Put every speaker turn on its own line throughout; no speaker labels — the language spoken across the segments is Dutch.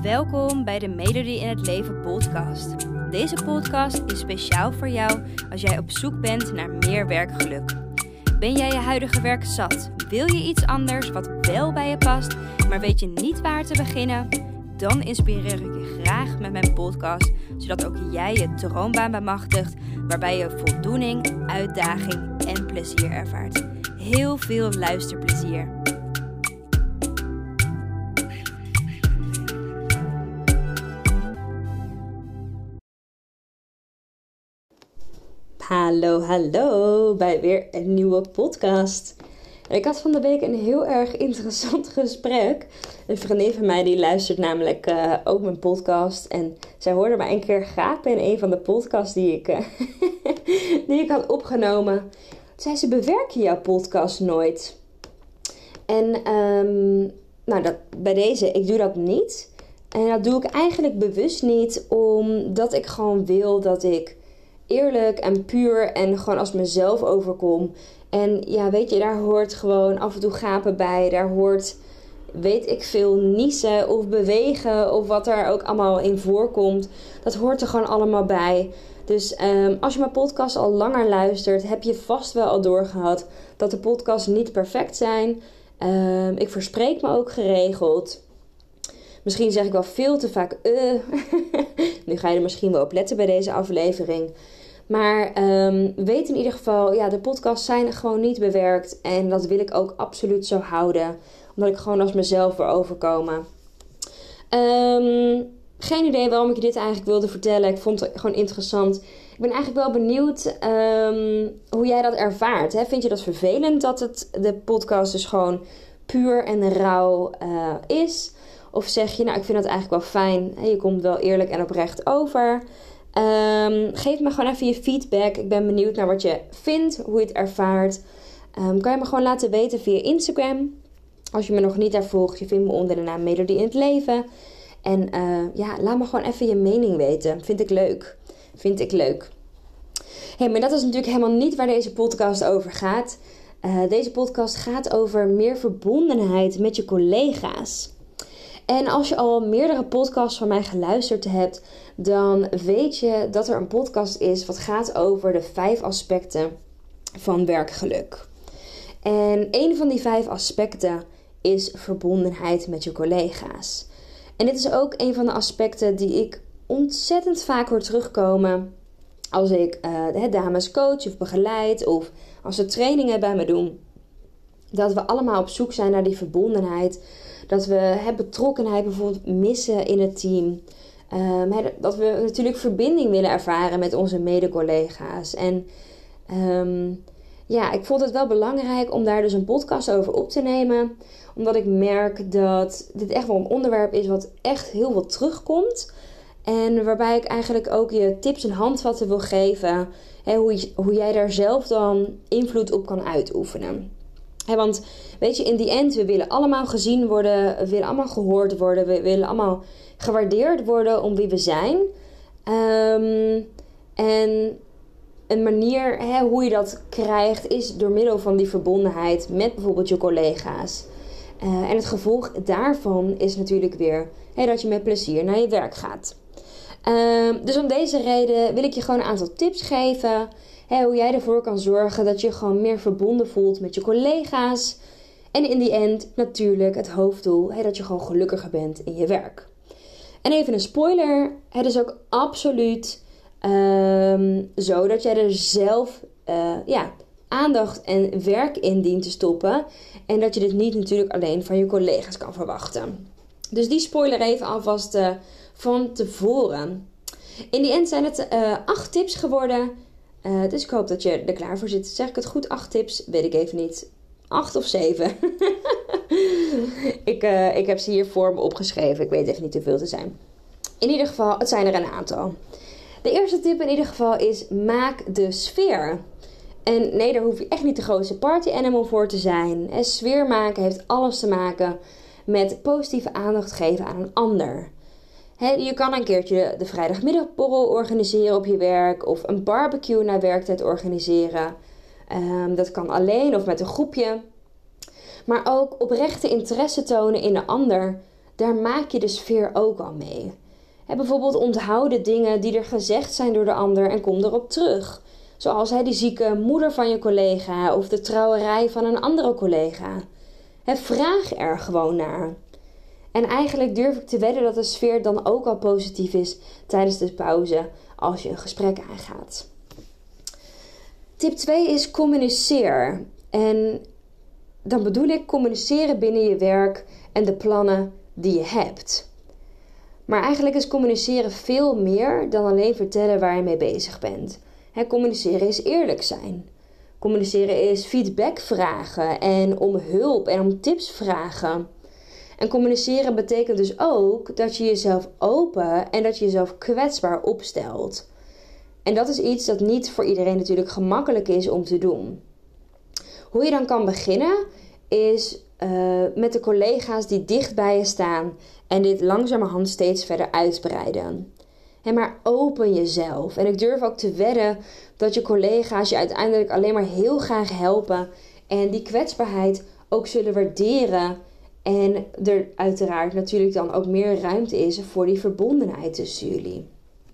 Welkom bij de Melodie in het Leven podcast. Deze podcast is speciaal voor jou als jij op zoek bent naar meer werkgeluk. Ben jij je huidige werk zat? Wil je iets anders wat wel bij je past, maar weet je niet waar te beginnen? Dan inspireer ik je graag met mijn podcast, zodat ook jij je droombaan bemachtigt, waarbij je voldoening, uitdaging en plezier ervaart. Heel veel luisterplezier. Hallo bij weer een nieuwe podcast. Ik had van de week een heel erg interessant gesprek. Een vriendin van mij die luistert namelijk ook mijn podcast. En zij hoorde mij een keer graag bij een van de podcasts die ik had opgenomen. Toen zei ze, bewerk je jouw podcast nooit? En bij deze, ik doe dat niet. En dat doe ik eigenlijk bewust niet, omdat ik gewoon wil dat ik eerlijk en puur en gewoon als mezelf overkom. En ja, weet je, daar hoort gewoon af en toe gapen bij. Daar hoort, weet ik veel, niezen of bewegen of wat er ook allemaal in voorkomt. Dat hoort er gewoon allemaal bij. Dus als je mijn podcast al langer luistert, heb je vast wel al doorgehad dat de podcasts niet perfect zijn. Ik verspreek me ook geregeld. Misschien zeg ik wel veel te vaak Nu ga je er misschien wel op letten bij deze aflevering. Maar weet in ieder geval, ja, de podcasts zijn gewoon niet bewerkt. En dat wil ik ook absoluut zo houden. Omdat ik gewoon als mezelf wil overkomen. Geen idee waarom ik je dit eigenlijk wilde vertellen. Ik vond het gewoon interessant. Ik ben eigenlijk wel benieuwd hoe jij dat ervaart. Hè? Vind je dat vervelend dat de podcast dus gewoon puur en rauw is? Of zeg je, nou, ik vind dat eigenlijk wel fijn. Je komt wel eerlijk en oprecht over. Geef me gewoon even je feedback. Ik ben benieuwd naar wat je vindt, hoe je het ervaart. Kan je me gewoon laten weten via Instagram. Als je me nog niet daar volgt, je vindt me onder de naam Melodie in het Leven. En laat me gewoon even je mening weten. Vind ik leuk. Hey, maar dat is natuurlijk helemaal niet waar deze podcast over gaat. Deze podcast gaat over meer verbondenheid met je collega's. En als je al meerdere podcasts van mij geluisterd hebt, dan weet je dat er een podcast is wat gaat over de 5 aspecten van werkgeluk. En een van die 5 aspecten is verbondenheid met je collega's. En dit is ook een van de aspecten die ik ontzettend vaak hoor terugkomen als ik dames coach of begeleid of als ze trainingen bij me doen. Dat we allemaal op zoek zijn naar die verbondenheid. Dat we betrokkenheid bijvoorbeeld missen in het team. Dat we natuurlijk verbinding willen ervaren met onze mede-collega's. En ik vond het wel belangrijk om daar dus een podcast over op te nemen. Omdat ik merk dat dit echt wel een onderwerp is wat echt heel veel terugkomt. En waarbij ik eigenlijk ook je tips en handvatten wil geven. Hoe jij daar zelf dan invloed op kan uitoefenen. Want weet je, in die end, we willen allemaal gezien worden, we willen allemaal gehoord worden, we willen allemaal gewaardeerd worden om wie we zijn. En een manier hoe je dat krijgt is door middel van die verbondenheid met bijvoorbeeld je collega's. En het gevolg daarvan is natuurlijk weer dat je met plezier naar je werk gaat. Dus om deze reden wil ik je gewoon een aantal tips geven. Hoe jij ervoor kan zorgen dat je gewoon meer verbonden voelt met je collega's. En in die end natuurlijk het hoofddoel, dat je gewoon gelukkiger bent in je werk. En even een spoiler, het is ook absoluut zo dat jij er zelf aandacht en werk in dient te stoppen. En dat je dit niet natuurlijk alleen van je collega's kan verwachten. Dus die spoiler even alvast van tevoren. In die end zijn het 8 tips geworden. Dus ik hoop dat je er klaar voor zit. Zeg ik het goed? 8 tips? Weet ik even niet. 8 of 7. Ik heb ze hier voor me opgeschreven. Ik weet even niet hoeveel te zijn. In ieder geval, het zijn er een aantal. De eerste tip in ieder geval is, maak de sfeer. En nee, daar hoef je echt niet de grootste party animal voor te zijn. Sfeer maken heeft alles te maken met positieve aandacht geven aan een ander. Je kan een keertje de vrijdagmiddagborrel organiseren op je werk. Of een barbecue na werktijd organiseren. Dat kan alleen of met een groepje. Maar ook oprechte interesse tonen in de ander. daar maak je de sfeer ook al mee. Bijvoorbeeld onthoud de dingen die er gezegd zijn door de ander en kom erop terug. Zoals die zieke moeder van je collega of de trouwerij van een andere collega. Vraag er gewoon naar. En eigenlijk durf ik te wedden dat de sfeer dan ook al positief is tijdens de pauze als je een gesprek aangaat. Tip 2 is communiceer. En dan bedoel ik communiceren binnen je werk en de plannen die je hebt. Maar eigenlijk is communiceren veel meer dan alleen vertellen waar je mee bezig bent. Communiceren is eerlijk zijn. Communiceren is feedback vragen en om hulp en om tips vragen. En communiceren betekent dus ook dat je jezelf open en dat je jezelf kwetsbaar opstelt. En dat is iets dat niet voor iedereen natuurlijk gemakkelijk is om te doen. Hoe je dan kan beginnen is met de collega's die dicht bij je staan en dit langzamerhand steeds verder uitbreiden. Maar open jezelf. En ik durf ook te wedden dat je collega's je uiteindelijk alleen maar heel graag helpen en die kwetsbaarheid ook zullen waarderen. En er uiteraard natuurlijk dan ook meer ruimte is voor die verbondenheid tussen jullie.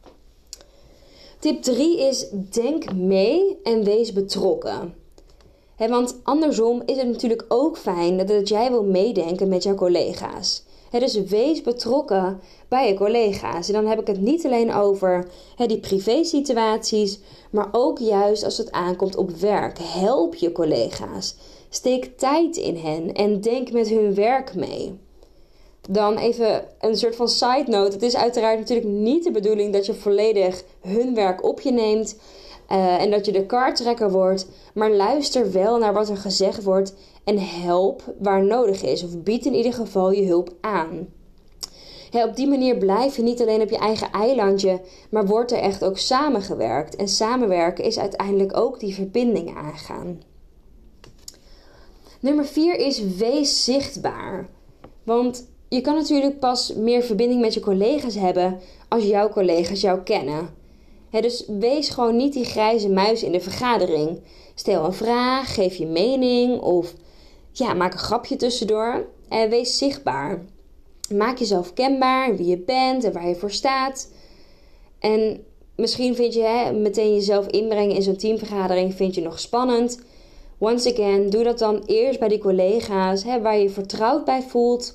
Tip 3 is denk mee en wees betrokken. Want andersom is het natuurlijk ook fijn dat jij wil meedenken met jouw collega's. Dus wees betrokken bij je collega's. En dan heb ik het niet alleen over die privésituaties, maar ook juist als het aankomt op werk. Help je collega's. Steek tijd in hen en denk met hun werk mee. Dan even een soort van side note. Het is uiteraard natuurlijk niet de bedoeling dat je volledig hun werk op je neemt. En dat je de kartrekker wordt. Maar luister wel naar wat er gezegd wordt. En help waar nodig is. Of bied in ieder geval je hulp aan. Op die manier blijf je niet alleen op je eigen eilandje. Maar wordt er echt ook samengewerkt. En samenwerken is uiteindelijk ook die verbinding aangaan. Nummer 4 is wees zichtbaar. Want je kan natuurlijk pas meer verbinding met je collega's hebben als jouw collega's jou kennen. Dus wees gewoon niet die grijze muis in de vergadering. Stel een vraag, geef je mening of maak een grapje tussendoor. En wees zichtbaar. Maak jezelf kenbaar, wie je bent en waar je voor staat. En misschien vind je meteen jezelf inbrengen in zo'n teamvergadering vind je nog spannend. Once again, doe dat dan eerst bij die collega's waar je je vertrouwd bij voelt.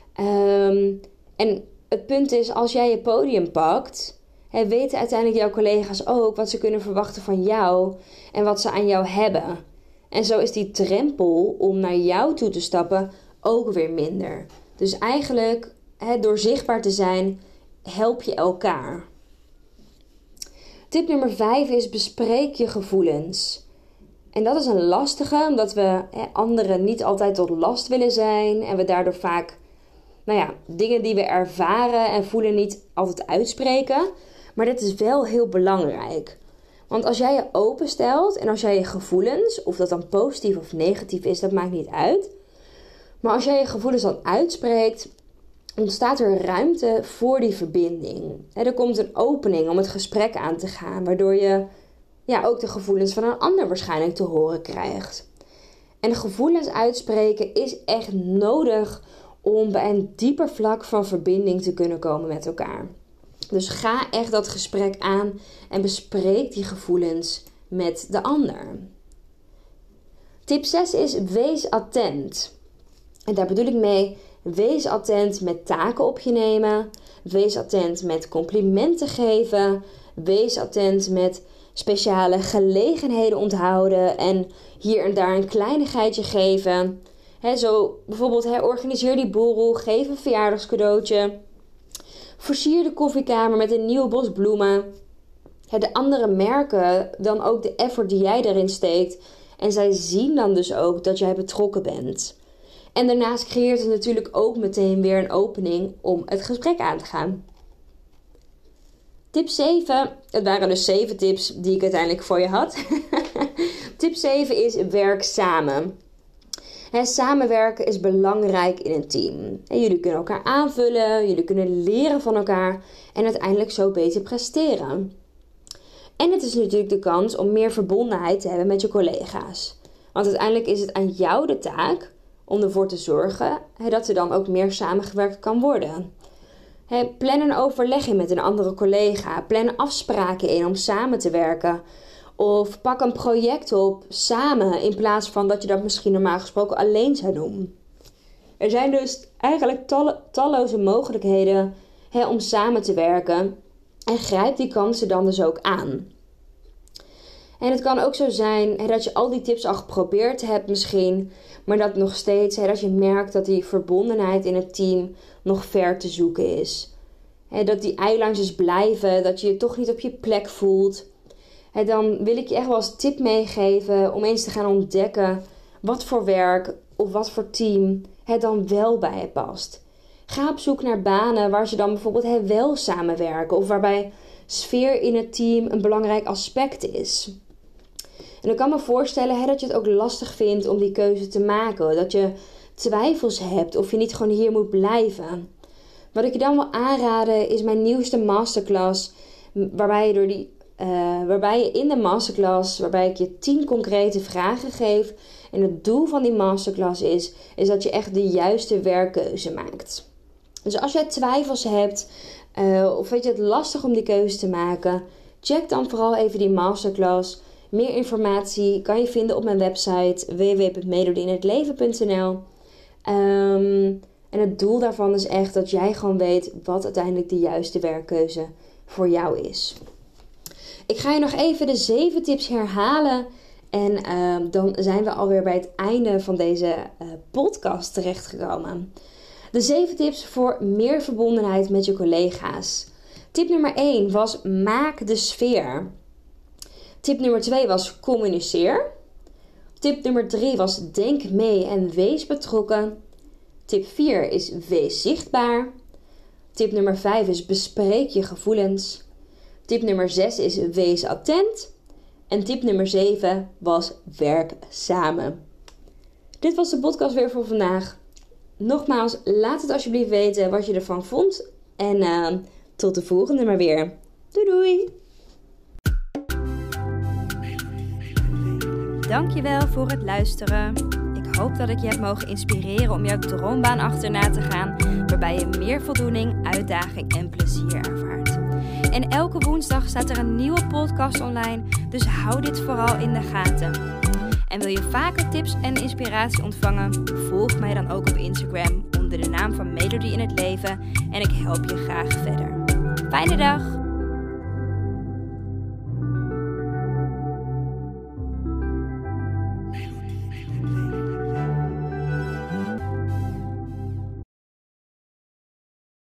En het punt is, als jij je podium pakt, weten uiteindelijk jouw collega's ook wat ze kunnen verwachten van jou en wat ze aan jou hebben. En zo is die drempel om naar jou toe te stappen ook weer minder. Dus eigenlijk, door zichtbaar te zijn, help je elkaar. Tip nummer 5 is bespreek je gevoelens. En dat is een lastige, omdat we anderen niet altijd tot last willen zijn. En we daardoor vaak dingen die we ervaren en voelen niet altijd uitspreken. Maar dit is wel heel belangrijk. Want als jij je openstelt en als jij je gevoelens, of dat dan positief of negatief is, dat maakt niet uit. Maar als jij je gevoelens dan uitspreekt, ontstaat er ruimte voor die verbinding. Er komt een opening om het gesprek aan te gaan, waardoor je ook de gevoelens van een ander waarschijnlijk te horen krijgt. En gevoelens uitspreken is echt nodig om bij een dieper vlak van verbinding te kunnen komen met elkaar. Dus ga echt dat gesprek aan en bespreek die gevoelens met de ander. Tip 6 is wees attent. En daar bedoel ik mee, wees attent met taken op je nemen. Wees attent met complimenten geven. Wees attent met speciale gelegenheden onthouden en hier en daar een kleinigheidje geven. Zo bijvoorbeeld organiseer die borrel, geef een verjaardagscadeautje. Versier de koffiekamer met een nieuw bos bloemen. De anderen merken dan ook de effort die jij daarin steekt. En zij zien dan dus ook dat jij betrokken bent. En daarnaast creëert het natuurlijk ook meteen weer een opening om het gesprek aan te gaan. Tip 7, het waren dus 7 tips die ik uiteindelijk voor je had. Tip 7 is werk samen. Samenwerken is belangrijk in een team. Jullie kunnen elkaar aanvullen, jullie kunnen leren van elkaar en uiteindelijk zo beter presteren. En het is natuurlijk de kans om meer verbondenheid te hebben met je collega's. Want uiteindelijk is het aan jou de taak om ervoor te zorgen dat er dan ook meer samengewerkt kan worden. Plan een overleg in met een andere collega. Plan afspraken in om samen te werken. Of pak een project op samen in plaats van dat je dat misschien normaal gesproken alleen zou doen. Er zijn dus eigenlijk talloze mogelijkheden om samen te werken. En grijp die kansen dan dus ook aan. En het kan ook zo zijn dat je al die tips al geprobeerd hebt misschien. Maar dat nog steeds, dat je merkt dat die verbondenheid in het team nog ver te zoeken is. Dat die eilandjes blijven, dat je je toch niet op je plek voelt. Dan wil ik je echt wel als tip meegeven om eens te gaan ontdekken wat voor werk of wat voor team het dan wel bij je past. Ga op zoek naar banen waar ze dan bijvoorbeeld wel samenwerken of waarbij sfeer in het team een belangrijk aspect is. En ik kan me voorstellen dat je het ook lastig vindt om die keuze te maken. Dat je twijfels hebt of je niet gewoon hier moet blijven. Wat ik je dan wil aanraden is mijn nieuwste masterclass. Waarbij je in de masterclass, waarbij ik je 10 concrete vragen geef. En het doel van die masterclass is dat je echt de juiste werkkeuze maakt. Dus als jij twijfels hebt of vind je het lastig om die keuze te maken, check dan vooral even die masterclass. Meer informatie kan je vinden op mijn website www.melodieinhetleven.nl. En het doel daarvan is echt dat jij gewoon weet wat uiteindelijk de juiste werkkeuze voor jou is. Ik ga je nog even de 7 tips herhalen. En dan zijn we alweer bij het einde van deze podcast terechtgekomen. De 7 tips voor meer verbondenheid met je collega's. Tip nummer 1 was maak de sfeer. Tip nummer 2 was communiceer. Tip nummer 3 was denk mee en wees betrokken. Tip 4 is wees zichtbaar. Tip nummer 5 is bespreek je gevoelens. Tip nummer 6 is wees attent. En tip nummer 7 was werk samen. Dit was de podcast weer voor vandaag. Nogmaals, laat het alsjeblieft weten wat je ervan vond. En tot de volgende maar weer. Doei doei!
Dankjewel voor het luisteren. Ik hoop dat ik je heb mogen inspireren om jouw droombaan achterna te gaan, waarbij je meer voldoening, uitdaging en plezier ervaart. En elke woensdag staat er een nieuwe podcast online, dus hou dit vooral in de gaten. En wil je vaker tips en inspiratie ontvangen? Volg mij dan ook op Instagram onder de naam van Melodie in het Leven en ik help je graag verder. Fijne dag!